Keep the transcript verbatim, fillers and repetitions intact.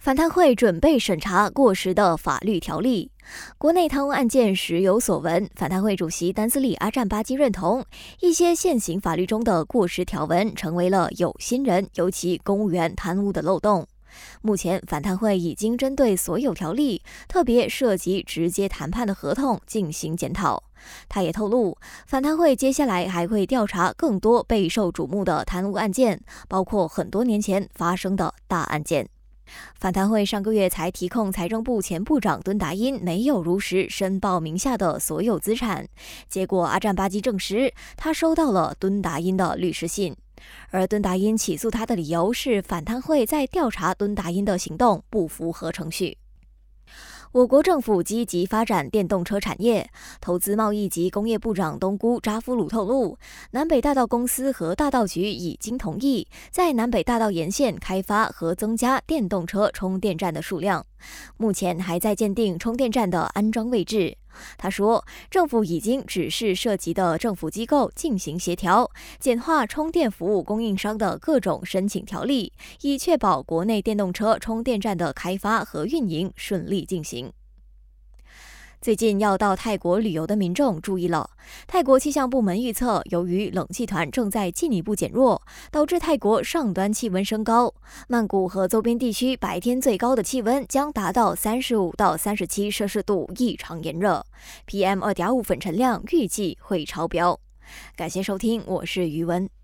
反贪会准备审查过时的法律条例。国内贪污案件时有所闻，反贪会主席丹斯里阿占巴基认同，一些现行法律中的过时条文成为了有心人，尤其公务员贪污的漏洞。目前，反贪会已经针对所有条例，特别涉及直接谈判的合同进行检讨。他也透露，反贪会接下来还会调查更多备受瞩目的贪污案件，包括很多年前发生的大案件。反贪会上个月才提控财政部前部长敦达因没有如实申报名下的所有资产，结果阿占巴基证实他收到了敦达因的律师信，而敦达因起诉他的理由是反贪会在调查敦达因的行动不符合程序。我国政府积极发展电动车产业，投资贸易及工业部长东姑扎夫鲁透露，南北大道公司和大道局已经同意在南北大道沿线开发和增加电动车充电站的数量，目前还在鉴定充电站的安装位置。他说，政府已经指示涉及的政府机构进行协调，简化充电服务供应商的各种申请条例，以确保国内电动车充电站的开发和运营顺利进行。最近要到泰国旅游的民众注意了，泰国气象部门预测，由于冷气团正在进一步减弱，导致泰国上端气温升高，曼谷和周边地区白天最高的气温将达到三十五到三十七摄氏度，异常炎热 ，P M 二点五 粉尘量预计会超标。感谢收听，我是余文。